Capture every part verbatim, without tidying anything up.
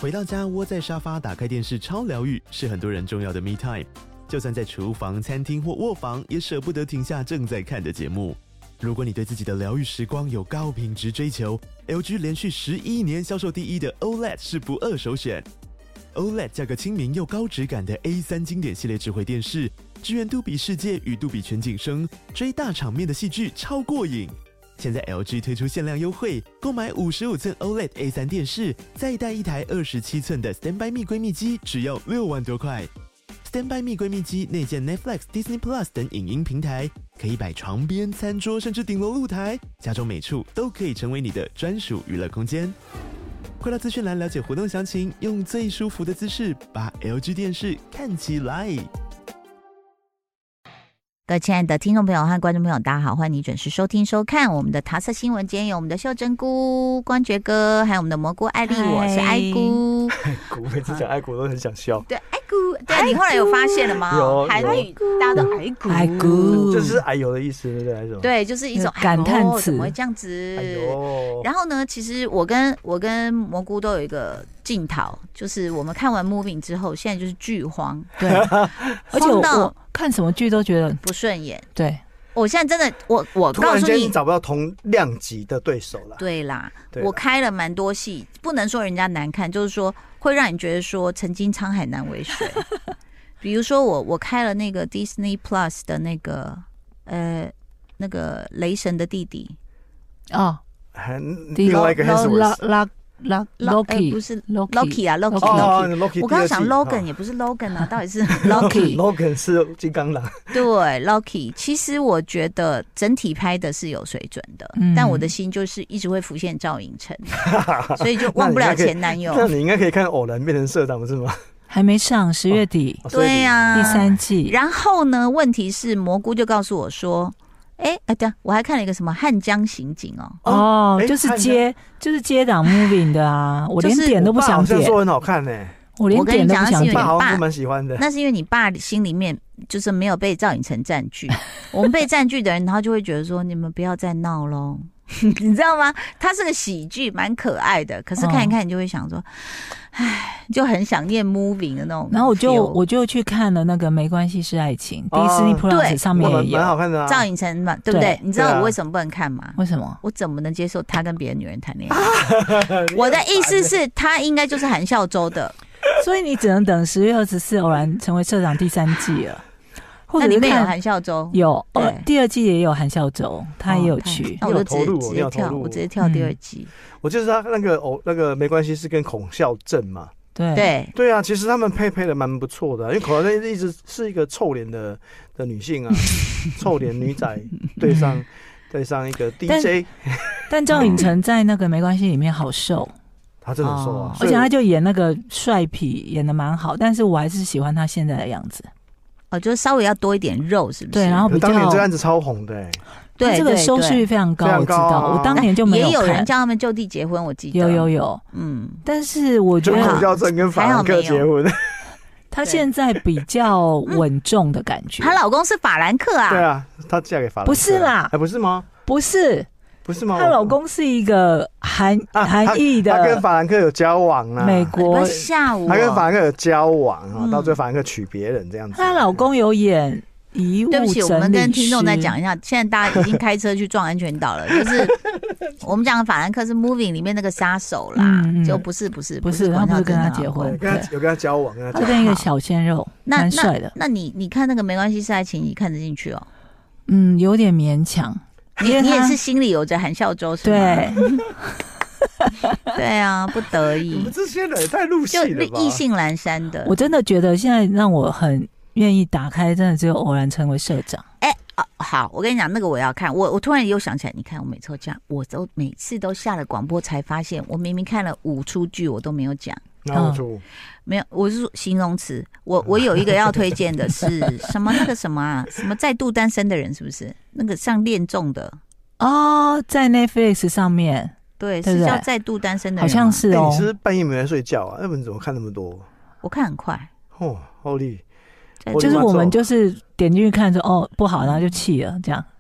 回到家窝在沙发打开电视超疗愈，是很多人重要的 me time。就算在厨房、餐厅或卧房，也舍不得停下正在看的节目。如果你对自己的疗愈时光有高品质追求， L G 连续十一年销售第一的 O L E D 是不二首选。O L E D 价格亲民又高质感的 A 三 经典系列智慧电视，支援杜比世界与杜比全景声，追大场面的戏剧超过瘾。现在 L G 推出限量优惠，购买五十五寸 O L E D A 三 电视，再带一台二十七寸的 Standby Me 闺蜜机，只要六万多块。Standby Me 闺蜜机内建 Netflix、Disney Plus 等影音平台，可以摆床边、餐桌，甚至顶楼露台，家中每处都可以成为你的专属娱乐空间。快到资讯栏了解活动详情，用最舒服的姿势把 L G 电视看起来。 各位亲爱的听众朋友和观众朋友，大家好，欢迎你准时收听收看我们的桃色新闻。今天有我们的秀珍菇、光觉哥，还有我们的蘑菇艾丽，我是艾菇。 艾菇每次讲艾菇都很想笑。 对，艾菇，对，你后来有发现了吗？ 有， 韩语大家都艾菇， 艾菇， 这是哎呦的意思，对不对？还是什么？ 对，就是一种感叹词， 怎么会这样子？ 哎呦。 然后呢，其实我跟我跟蘑菇都有一个镜头，就是我们看完 Moving 之后，现在就是剧荒， 对，而且我看什么剧都觉得不顺眼。 对， 我现在真的，我我告诉你， 突然间找不到同量级的对手了。 对啦， 对啦， 我开了蛮多戏，不能说人家难看，就是说会让你觉得说曾经沧海难为水。比如说我我开了那个 Disney Plus 的那个呃那个雷神的弟弟哦， 另外一个 Hemsworth。Loki、 欸、不是 Loki 啊 Loki Loki， Loki， Loki 我刚刚想 Logan 也不是 Logan 啊，到底是 Loki Logan 是金刚狼。 对 Loki， 其实我觉得整体拍的是有水准的，嗯、但我的心就是一直会浮现赵寅成，所以就忘不了前男友。 那你应该可以看偶然变成社长不是吗？ 还没上，十月底。 哦、 对呀、啊， 第三季。 然后呢，问题是蘑菇就告诉我说。哎哎，对，我还看了一个什么汉江刑警哦， 哦，就是接就是接档 Moving 的啊，我连点都不想点。 好像说很好看呢、欸， 我连点都不想点。 我好像蛮喜欢的。 那是因为你爸心里面就是没有被赵寅成占据，我们被占据的人，他就会觉得说你们不要再闹喽，你知道吗？它是个喜剧，蛮可爱的，可是看一看你就会想说。唉，就很想念 Moving 的那种， 然后我就我就去看了那个《没关系是爱情》，迪士尼 Plus 上面也有， 蛮好看的啊。 赵寅成嘛，对不对？你知道我为什么不能看吗？ 为什么？ 我怎么能接受他跟别的女人谈恋爱？我的意思是，他应该就是韩孝周的， 所以你只能等十月二十四偶然成为社长第三季了。 那里面有韩孝周， 有，哦，第二季也有韩孝周，他也有去。 那我就直接直接跳，我直接跳第二季。 我就是他那个哦，那个没关系是跟孔孝正嘛。 对对对啊，其实他们配配的蛮不错的，因为孔孝正一直是一个臭脸的的女性啊，臭脸女仔对上对上一个 D J。 但赵寅成在那个没关系里面好瘦。 他真的瘦啊， 而且他就演那个帅痞，演的蛮好，但是我还是喜欢他现在的样子。 哦，就是稍微要多一点肉，是不是？ 对，然后比较。 当年这案子超红的、欸， 对， 这个收视率非常高，我知道。 啊、 我当年就没有看。 也有人叫他们就地结婚，我记得。 有有有，嗯。但是我觉得孔孝正跟法兰克结婚， 她现在比较稳重的感觉。 她老公是法兰克啊？ 对啊，她嫁给法兰克。 不是啦， 还不是吗？ 不是。 不是吗？ 她老公是一个韩韩裔的， 他跟法兰克有交往啊。 美国下午， 他跟法兰克有交往啊，嗯、到最后法兰克娶别人这样子。 她老公有演遗物整理师。 对不起，我们跟听众再讲一下，现在大家已经开车去撞安全岛了。就是我们讲的法兰克是 Moving 里面那个杀手啦，嗯嗯就不是不是不是，他不是跟他结婚， 跟他有跟他交往，跟他他跟一个小鲜肉，蛮帅的。 那你你看那个没关系是爱情，你看得进去哦？ 嗯，有点勉强。 你你也是心里有着韩孝周是吗？ 对， 对啊，不得已。 我们这些人也太入戏了吧？ 就意兴阑珊的。 我真的觉得现在让我很愿意打开，真的只有偶然成为社长。 哎、欸啊，好，我跟你讲，那个我要看。我我突然又想起来，你看我每次都这样，我都每次都下了广播才发现，我明明看了五出剧，我都没有讲。 哪五出？ 没有，我是说形容词。我我有一个要推荐的是什么？那个什么啊？什么再度单身的人是不是？那个上恋综的哦，在 Netflix 上面， 对，是叫再度单身的人， 好像是哦。 欸、你是不是半夜没在睡觉啊？要不然你怎么看那么多？ 我看很快。 哦，好厉害！ 就是我们就是点进去看说哦不好，然后就弃了这样。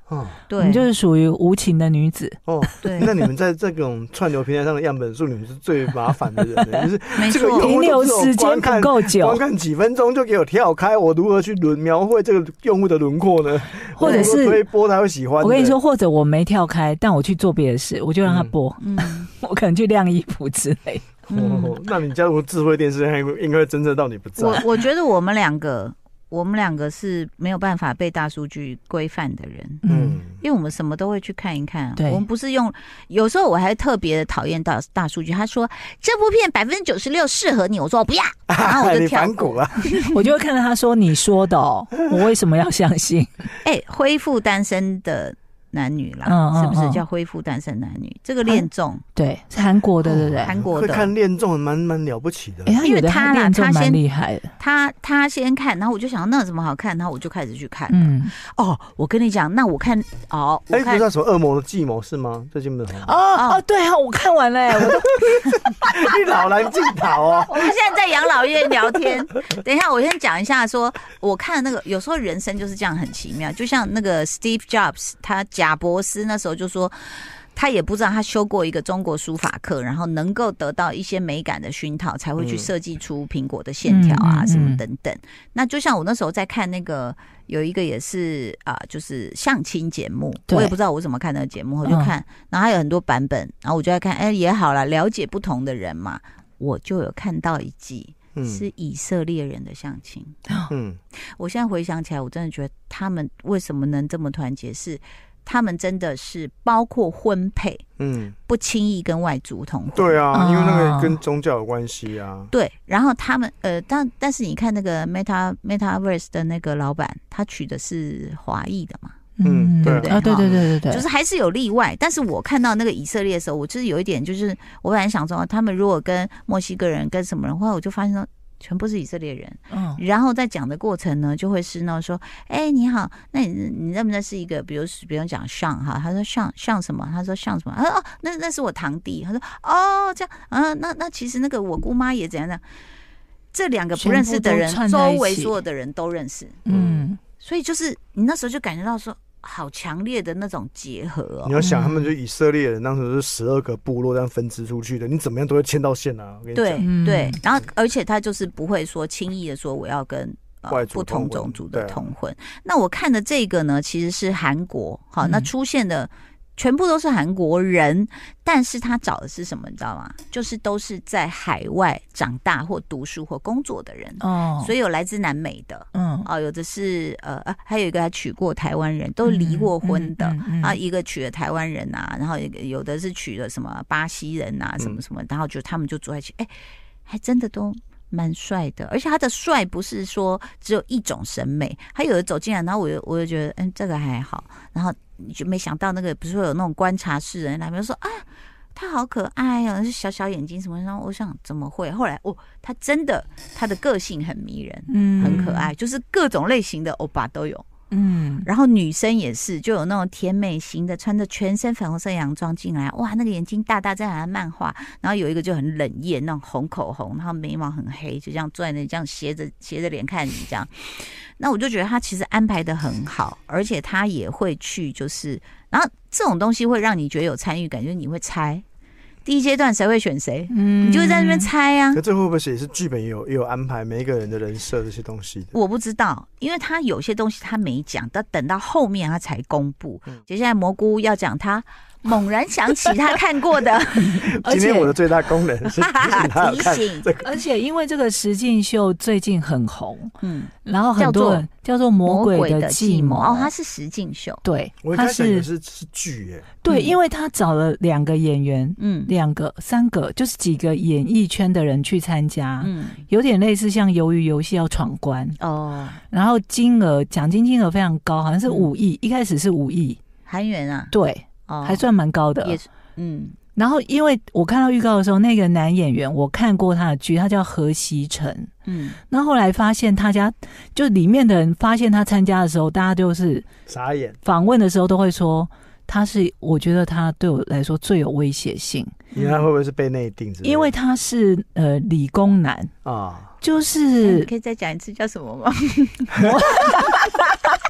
哦， 对， 我们就是属于无情的女子。 哦， 对， 那你们在这种串流平台上的样本数，你们是最麻烦的人呢，就是没错这个用停户都只有留时间观看不够久观看几分钟就给我跳开，我如何去轮描绘这个用户的轮廓呢？ 或者是推播他会喜欢的。 我跟你说，或者我没跳开，但我去做别的事，我就让他播。 嗯， 我可能去晾衣服之类。 哦，那你加入智慧电视，应该会侦测到你不在。 我我觉得我们两个，我们两个是没有办法被大数据规范的人。 嗯， 因为我们什么都会去看一看， 对我们不是用，有时候我还特别的讨厌大大数据。他说这部片百分之九十六适合你，我说我不要，然后我就你跳过反骨啊！ 我就会看到他说你说的哦，我为什么要相信？ 哎，恢复单身的男女啦， 嗯嗯是不是嗯叫恢复单身男女？这个恋综， 对，是韩国的，对不对？ 韩国的， 会看恋综蛮蛮了不起的。 哎，他有的因为他啦恋综蛮他先厉害的。 他他先看，然后我就想那有什么好看，然后我就开始去看。 嗯， 哦，我跟你讲，那我看哦，我哎，不看是叫什么恶魔的计谋是吗？最近不是很红哦哦，对啊，我看完了，我都你老来劲跑哦。 我们现在在养老院聊天。等一下，我先讲一下说，我看那个有时候人生就是这样很奇妙，就像那个 Steve Jobs， 他贾伯斯那时候就说，他也不知道他修过一个中国书法课，然后能够得到一些美感的熏陶，才会去设计出苹果的线条啊、 嗯、 什么等等。那就像我那时候在看那个有一个也是啊、呃，就是相亲节目，我也不知道我怎么看那个节目，我就看，嗯、然后还有很多版本，然后我就在看，哎，也好啦，了解不同的人嘛，我就有看到一季。是以色列人的相亲。嗯，我现在回想起来，我真的觉得他们为什么能这么团结，是他们真的是包括婚配，嗯，不轻易跟外族同婚。 对啊，因为那个跟宗教有关系啊。 对，然后他们呃，但但是你看那个 Meta Metaverse 的那个老板，他娶的是华裔的嘛。 嗯， 对不对？ 啊，对对对对对， 就是还是有例外。但是我看到那个以色列的时候，我就是有一点，就是我本来想说，他们如果跟墨西哥人、跟什么人，后来我就发现说，全部是以色列人。嗯，然后在讲的过程呢，就会是那说，哎，你好，那你你认不认识一个，比如比如讲上哈，他说上上什么？他说上什么？他说哦，那那是我堂弟。他说哦，这样啊，那那其实那个我姑妈也怎样的。这两个不认识的人，周围所有的人都认识。嗯。所以就是你那时候就感觉到说，好强烈的那种结合哦。 你要想，他们就以色列人当时是十二个部落这样分支出去的，你怎么样都会牵到线啊。我跟你讲， 对对，然后而且他就是不会说轻易的说我要跟。呃、不同种族的同婚。啊、那我看的这个呢，其实是韩国，好，那出现的。全部都是韩国人，但是他找的是什么，你知道吗？就是都是在海外长大或读书或工作的人哦，所以有来自南美的，嗯，哦，有的是呃，还有一个他娶过台湾人，都离过婚的，嗯嗯嗯嗯、啊，一个娶了台湾人啊，然后有的是娶了什么巴西人啊，什么什么，然后就他们就住在一起，哎，还真的都。蛮帅的，而且他的帅不是说只有一种审美，他有的走进来，然后我就我就觉得，嗯，这个还好，然后你就没想到那个不是会有那种观察室人来，比如说啊，他好可爱哦，是小小眼睛什么，然后我想怎么会？后来哦，他真的他的个性很迷人，嗯，很可爱，就是各种类型的欧巴都有。嗯，然后女生也是，就有那种甜美型的，穿着全身粉红色洋装进来，哇，那个眼睛大大在好像漫画，然后有一个就很冷艳，那种红口红，然后眉毛很黑，就这样坐在那，这样斜着斜着脸看你这样。那我就觉得他其实安排的很好，而且他也会去，就是，然后这种东西会让你觉得有参与感，就是你会猜。第一阶段谁会选谁，嗯，你就会在那边猜啊。 那这会不会也是剧本也有也有安排每一个人的人设这些东西的？ 我不知道，因为他有些东西他没讲，但等到后面他才公布。嗯、接下来蘑菇要讲他猛然想起他看过的。 今天我的最大功能是提醒他有看这个， 而且因为这个实境秀最近很红，嗯，然后很多人叫做《魔鬼的计谋》 哦，它是实境秀， 对， 我它是是是剧耶， 对，因为他找了两个演员，嗯，两个、三个，就是几个演艺圈的人去参加，嗯，有点类似像鱿鱼游戏要闯关哦，然后金额奖金金额非常高，好像是五亿，一开始是五亿韩元啊， 对。哦、还算蛮高的， 也是，嗯。 然后，因为我看到预告的时候，那个男演员我看过他的剧，他叫何熙成，嗯。那后来发现他家就里面的人发现他参加的时候，大家就是傻眼。 访问的时候都会说他是，我觉得他对我来说最有威胁性。 你看他会不会是被内定？ 因为他是呃理工男啊，就是、 欸、你可以再讲一次叫什么吗？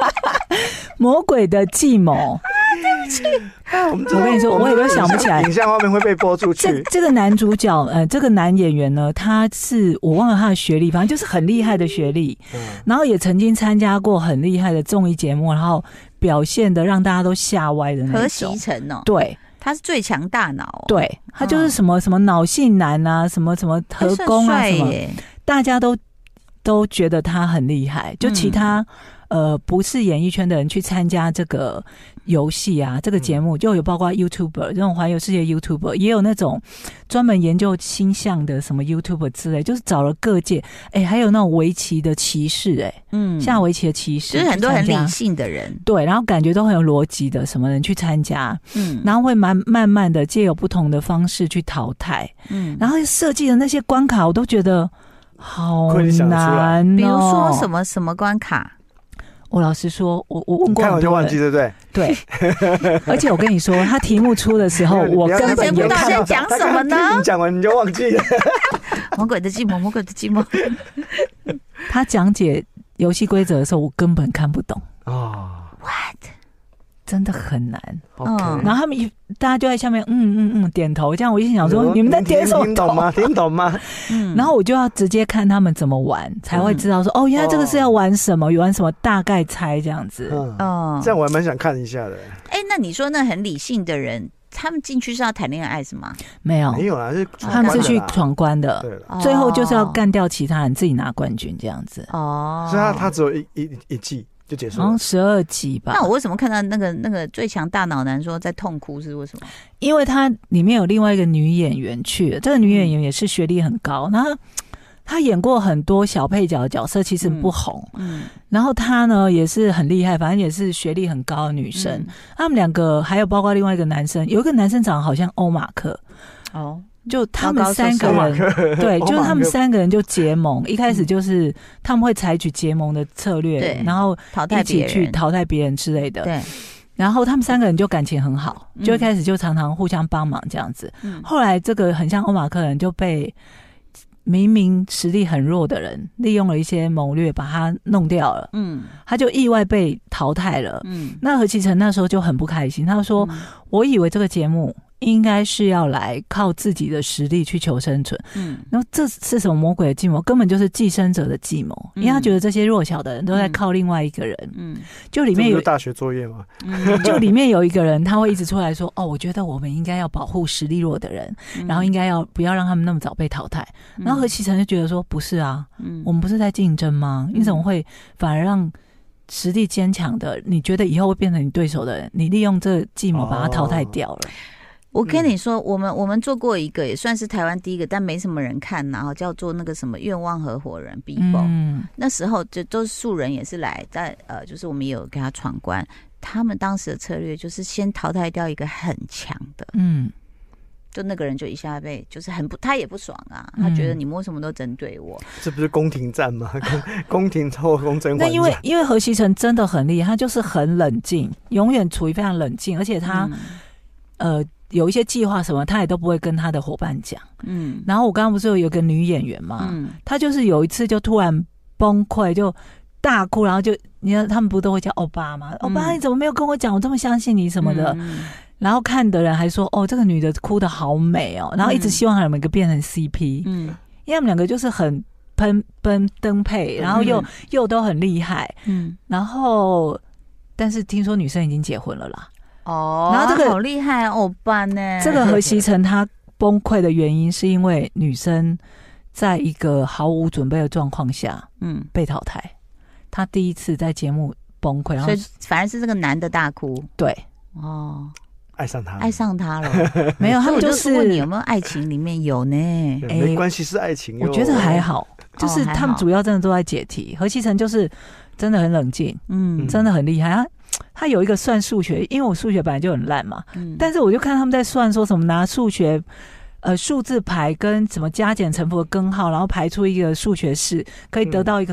魔鬼的计谋。 对不起， 我跟你说，我也都想不起来。 影像画面会被播出去。 这这个男主角，呃，这个男演员呢，他是我忘了他的学历，反正就是很厉害的学历，嗯、然后也曾经参加过很厉害的综艺节目，然后表现的让大家都吓歪的那种。 何习成哦， 对， 他是最强大脑、哦， 对，他就是什么、嗯、什么脑性男啊，什么什么特工啊，什么，大家都都觉得他很厉害，就其他。嗯呃，不是演艺圈的人去参加这个游戏啊，这个节目就有包括 YouTuber 这种环游世界 YouTuber， 也有那种专门研究星象的什么 YouTuber 之类，就是找了各界，哎、欸，还有那种围棋的棋士、欸，哎，嗯，下围棋的棋士， 就是很多很理性的人， 对，然后感觉都很有逻辑的什么人去参加，嗯，然后会慢慢慢的借由不同的方式去淘汰，嗯，然后设计的那些关卡，我都觉得好难、哦， 比如说什么什么关卡。 我老实说，我我问过很多人，看我就忘记，对不对？ 对，而且我跟你说，他题目出的时候，我根本也看不到在讲什么呢。 你讲完你就忘记了。 魔鬼的计谋，魔鬼的计谋。 他讲解游戏规则的时候，我根本看不懂啊。 What？ 真的很难。 嗯， 然后他们一大家就在下面嗯嗯嗯点头，这样我一心想说，你们在点什么头？ 听懂吗？听懂吗？ 嗯，然后我就要直接看他们怎么玩，才会知道说，哦，原来这个是要玩什么，玩什么，大概猜这样子。 嗯，这样我还蛮想看一下的。 哎，那你说那很理性的人，他们进去是要谈恋爱是吗？ 没有， 没有啦，是他们是去闯关的，最后就是要干掉其他人，自己拿冠军这样子。 哦， 所以他他只有一一一季。就结束了， 十二集吧。 那我为什么看到那个那个最强大脑男说在痛哭是为什么？ 因为他里面有另外一个女演员去了，这个女演员也是学历很高，然后她演过很多小配角的角色，其实不红。嗯，嗯然后她呢也是很厉害，反正也是学历很高的女生。嗯、他们两个还有包括另外一个男生，有一个男生长得好像欧马克哦。就他们三个人，对，就是他们三个人就结盟，一开始就是他们会采取结盟的策略，然后一起去淘汰别人之类的。 对， 然后他们三个人就感情很好，就一开始就常常互相帮忙这样子。嗯、后来这个很像欧马克人就被明明实力很弱的人利用了一些谋略把他弄掉了。嗯，他就意外被淘汰了。嗯，那何其成那时候就很不开心，他说：“嗯、我以为这个节目。”应该是要来靠自己的实力去求生存，嗯，然后这是什么魔鬼的计谋？根本就是寄生者的计谋，嗯、因为他觉得这些弱小的人都在靠另外一个人，嗯，就里面有大学作业嘛， 嗯，就里面有一个人他会一直出来说，哦，我觉得我们应该要保护实力弱的人，嗯、然后应该要不要让他们那么早被淘汰？嗯、然后何其成就觉得说，不是啊，嗯、我们不是在竞争吗？你怎么会反而让实力坚强的，你觉得以后会变成你对手的人，你利用这个计谋把他淘汰掉了？哦我跟你说，我们我们做过一个，也算是台湾第一个，但没什么人看，然后叫做那个什么愿望合伙人 Bibo、嗯、那时候就都是素人，也是来，但呃，就是我们也有给他闯关。他们当时的策略就是先淘汰掉一个很强的，嗯，就那个人就一下被就是很不，他也不爽啊，他觉得你为什么都针对我？嗯、 这不是宫廷战吗？宫廷后宫甄嬛传。 那因为因为何其成真的很厉害，他就是很冷静，永远处于非常冷静，而且他、嗯、呃。有一些计划什么，他也都不会跟他的伙伴讲。嗯，然后我刚刚不是有有个女演员嘛，嗯，她就是有一次就突然崩溃，就大哭，然后就你看他们不都会叫欧巴吗？欧巴，你怎么没有跟我讲？我这么相信你什么的。嗯、然后看的人还说，哦，这个女的哭得好美哦，然后一直希望他们两个变成 C P。嗯，因为他们两个就是很喷奔登配，然后又、嗯、又都很厉害。嗯，然后但是听说女生已经结婚了啦。 哦，然后这个好厉害欧巴呢。 这个何其成他崩溃的原因是因为女生在一个毫无准备的状况下，嗯，被淘汰。他第一次在节目崩溃，然后所以反而是这个男的大哭。 对， 哦， 爱上他， 爱上他了。 没有，他们就是问你有没有爱情，里面有呢。 哎，没关系，是爱情。 我觉得还好，就是他们主要真的都在解题。何其成就是真的很冷静，嗯，真的很厉害。他他有一个算数学，因为我数学本来就很烂嘛，嗯，但是我就看他们在算说什么拿数学呃数字牌跟什么加减乘除的根号，然后排出一个数学式，可以得到一个什么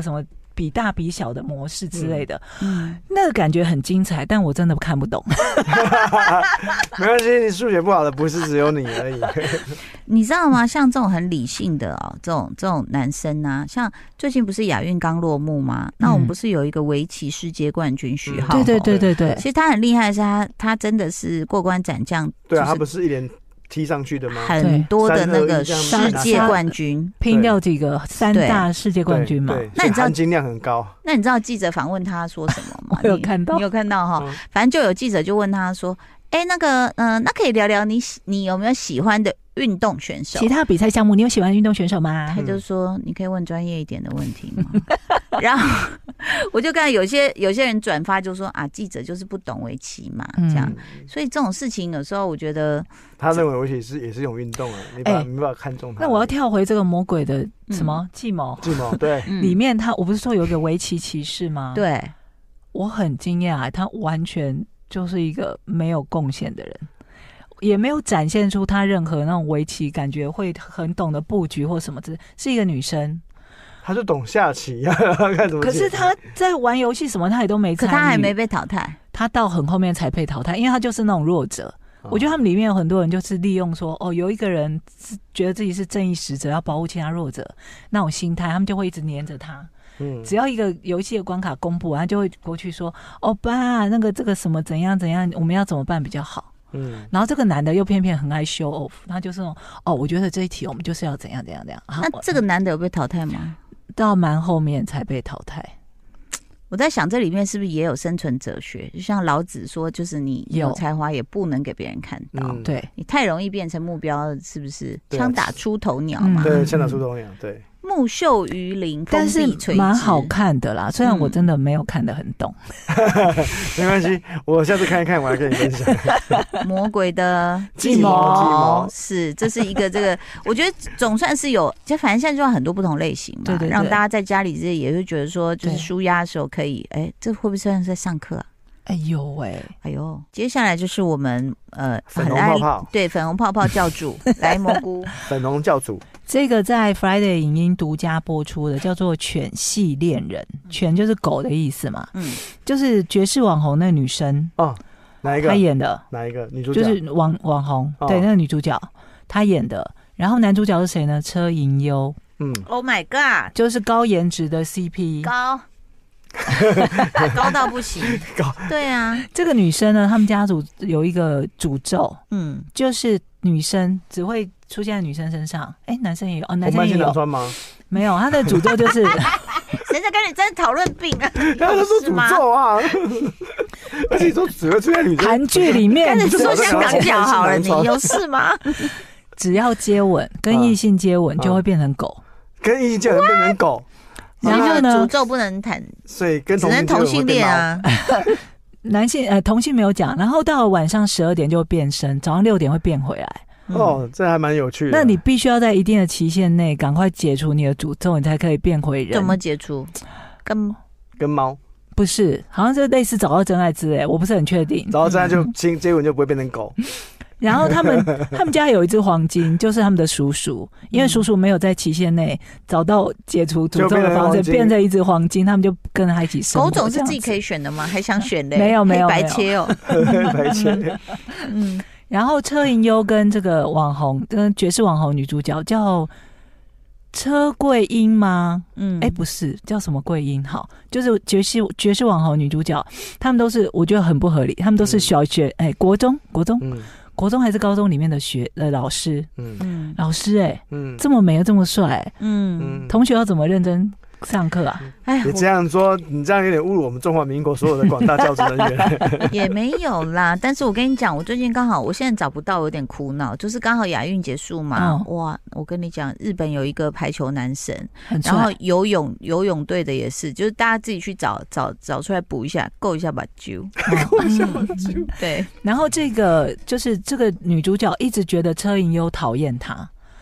比大比小的模式之类的，嗯，那个感觉很精彩，但我真的看不懂。 没关系，你数学不好的不是只有你而已。 你知道吗？像这种很理性的哦，这种这种男生啊，像最近不是亚运刚落幕吗？那我们不是有一个围棋世界冠军许浩、嗯？ 对对对对对。 其实他很厉害的是他，他真的是过关斩将。 对啊，他不是一连踢上去的吗？ 很多的那个世界冠军， 拼掉几个三大世界冠军嘛。 那你知道含金量很高？ 那你知道记者访问他说什么吗？ 我有看到， 你有看到哈、嗯？反正就有记者就问他说：“哎、欸，那个，嗯、呃，那可以聊聊你你有没有喜欢的运动选手？ 其他比赛项目你有喜欢的运动选手吗？” 他就说：“你可以问专业一点的问题吗？”然后我就看有些有些人转发就说啊，记者就是不懂围棋嘛，这样、嗯。所以这种事情有时候我觉得， 他认为围棋是也是一种运动啊，你把、欸、没办法看中他。 那我要跳回这个魔鬼的什么计谋？ 计谋对， 里面他我不是说有一个围棋骑士吗？ 对， 我很惊讶，他完全就是一个没有贡献的人。也没有展现出他任何那种围棋感觉会很懂得布局或什么之，是一个女生， 她就懂下棋啊，看怎么。 可是她在玩游戏什么，她也都没参与， 可她还没被淘汰， 她到很后面才被淘汰，因为她就是那种弱者。哦、我觉得他们里面有很多人就是利用说，哦，有一个人觉得自己是正义使者，要保护其他弱者那种心态，他们就会一直黏着他。嗯，只要一个游戏的关卡公布，他就会过去说，哦爸，那个这个什么怎样怎样，我们要怎么办比较好？嗯，然后这个男的又偏偏很爱 show off， 他就是那种哦，我觉得这一题我们就是要怎样怎样怎样。 那这个男的有被淘汰吗？ 到蛮后面才被淘汰。 我在想这里面是不是也有生存哲学？就像老子说，就是你有才华也不能给别人看到， 嗯、对你太容易变成目标，是不是？枪打出头鸟嘛， 对，枪打出头鸟，对。 木秀于林， 但是蛮好看的啦。虽然我真的没有看得很懂， 嗯、没关系，我下次看一看，我来跟你分享。 魔鬼的计谋是，这是一个这个，我觉得总算是有，就反正现在就有很多不同类型嘛， 对对对， 让大家在家里这也会觉得说，就是舒压的时候可以，哎，这会不会算是在上课啊？ 哎呦喂， 哎呦！接下来就是我们呃粉红泡泡， 对粉红泡泡教主来蘑菇， 粉红教主， 这个在 Friday 影音独家播出的，叫做《犬系恋人》，犬就是狗的意思嘛，嗯，就是爵士网红那个女生哦，哪一个？ 她演的哪一个女主角？ 就是网网红，哦、对，那个女主角她演的，然后男主角是谁呢？车银优， 嗯 ，Oh my God， 就是高颜值的 C P， 高。高到不行， 高对啊。 这个女生呢，他们家族有一个诅咒，嗯，就是女生只会出现在女生身上，哎、欸，男生也有哦，男生也有穿吗？ 没有，他的诅咒就是谁在跟你在讨论病啊？ 他说诅咒啊，而且说只会出现女生。 韩剧里面， 你说香港脚好了，你有事吗？ 只要接吻，跟异性接吻就会变成狗， 跟异性接吻变成狗。 然后呢？诅咒不能谈， 所以跟只能同性恋啊。 男性呃同性没有讲，然后到了晚上十二点就会变身，早上六点会变回来。 嗯、哦，这还蛮有趣的。 那你必须要在一定的期限内赶快解除你的诅咒，你才可以变回人。 怎么解除？跟跟猫？ 不是，好像是类似找到真爱之类，我不是很确定。 找到真爱就亲接吻就不会变成狗。 然后他们他们家有一只黄金，就是他们的叔叔，因为叔叔没有在期限内找到解除诅咒的方式，变成一只黄金，他们就跟他一起生活。 狗种是自己可以选的吗？还想选嘞？ 没有没有， 白切哦， 白切。 嗯，然后车银优跟这个网红，跟爵士网红女主角叫车桂英吗？嗯，哎、欸，不是，叫什么桂英？好，就是爵士爵士网红女主角，他们都是我觉得很不合理，他们都是小学哎、欸、国中国中。嗯，国中还是高中里面的学呃老师，嗯，老师哎、欸，嗯，这么美又这么帅、欸，嗯，同学要怎么认真上课啊？ 哎，你这样说，你这样有点侮辱我们中华民国所有的广大教职人员。 也没有啦，但是我跟你讲，我最近刚好，我现在找不到，有点苦恼，就是刚好亚运结束嘛，哦、哇，我跟你讲，日本有一个排球男神，然后游泳游泳队的也是，就是大家自己去找找找出来补一下，够一下把揪， 够一下把揪。 对， 然后这个就是这个女主角一直觉得车银优讨厌她。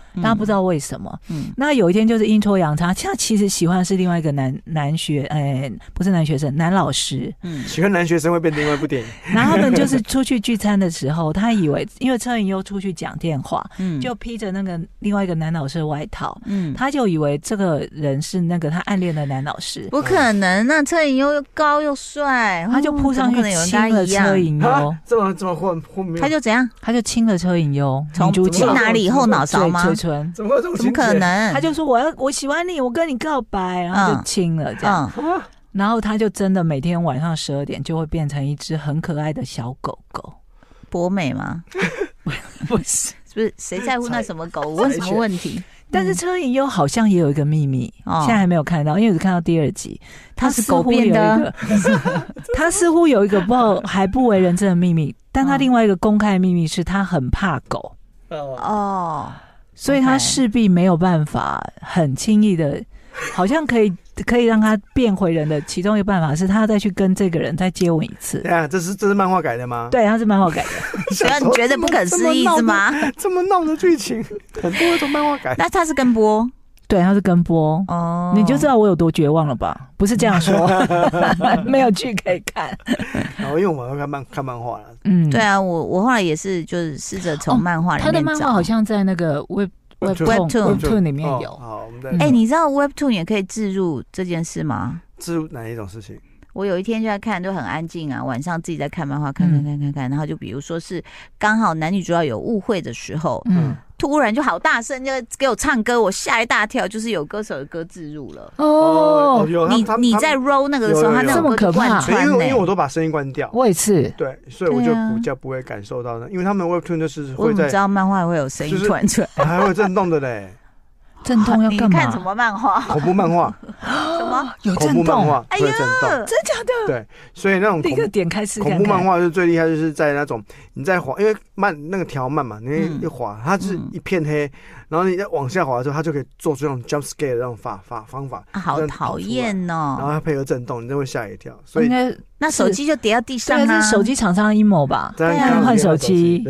大家不知道为什么。嗯，那有一天就是阴错阳差，他其实喜欢的是另外一个男男学，哎、欸，不是男学生，男老师。 嗯，喜欢男学生会变另外一部电影。 然后他们就是出去聚餐的时候，他以为因为车银优出去讲电话，嗯，就披着那个另外一个男老师的外套，嗯，他就以为这个人是那个他暗恋的男老师。 不可能，那车银优又高又帅， 他就扑上去亲了车银优， 这么这么混混面， 他就怎样？ 他就亲了车银优， 从亲哪里？后脑勺吗？ 嘴唇？ 怎么会这么怎么可能？ 他就说我要我喜欢你，我跟你告白，然后就亲了这样。嗯嗯，然后他就真的每天晚上十二点就会变成一只很可爱的小狗狗。 博美吗？ 不是， 不是，谁在乎那什么狗？我问什么问题？ 但是车银优好像也有一个秘密，嗯、现在还没有看到，因为我只看到第二集。他是狗变的，他似乎有一个不知道还不为人知的秘密，但他另外一个公开的秘密是他很怕狗哦，所以他势必没有办法很轻易的，好像可以可以让他变回人的其中一个办法是他再去跟这个人再接吻一次。 对啊，这是这是漫画改的吗？ 对，他是漫画改的。 所以你觉得不可思议是吗？ 这么闹的剧情，很多种漫画改。 那他是跟播？ 对，他是跟播哦，你就知道我有多绝望了吧？不是这样说，没有剧可以看。 然后因为我们会看漫看漫画了， 嗯，对啊，我我后来也是就是试着从漫画里面找、哦、 他的漫画好像在那个 Web Webtoon Webtoon 里面有。 好，我们再。 哎、欸，你知道 Webtoon 也可以置入这件事吗？ 置入哪一种事情？ 我有一天就在看，就很安静啊，晚上自己在看漫画，看看看看看，然后就比如说是刚好男女主角有误会的时候，嗯。突然就好大声，就给我唱歌，我吓一大跳，就是有歌手的歌置入了。哦，你你在 roll 那个的时候，他那种歌就贯穿、欸、 因为因为我都把声音关掉， 我也是， 对，所以我就比较不会感受到的，因为他们 Webtoon 就是会在， 我怎么知道漫画会有声音传出来， 就是、还会有震动的嘞。 震动要干嘛？ 你看什么漫画？ 恐怖漫画。 什么？ 有震动？ 恐怖漫画会有震动， 真假的？ 对，所以那种立刻点开始看看。 恐怖漫画就最厉害，就是在那种你在滑，因为慢那个条慢嘛，你一滑，它就是一片黑，然后你在往下滑的时候，它就可以做出那种 jump scare 的那种法法方法。 啊、好讨厌哦！ 然后它配合震动，你就会吓一跳。所以应该那手机就跌到地上啊！是手机厂商的阴谋吧？ 对啊，换手机。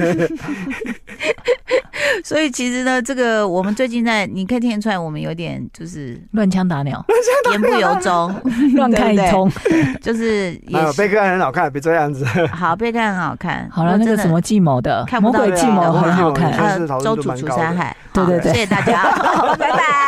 所以其实呢，这个我们最近在，你可以听得出来，我们有点就是乱枪打鸟， 言不由衷， 乱看一通， 就是也是。贝克汉很好看，别这样子。 好，贝克汉很好看。 好了，那个什么计谋的，魔鬼计谋很好看。 还有周楚除山海， 对对对， 谢谢大家，拜拜。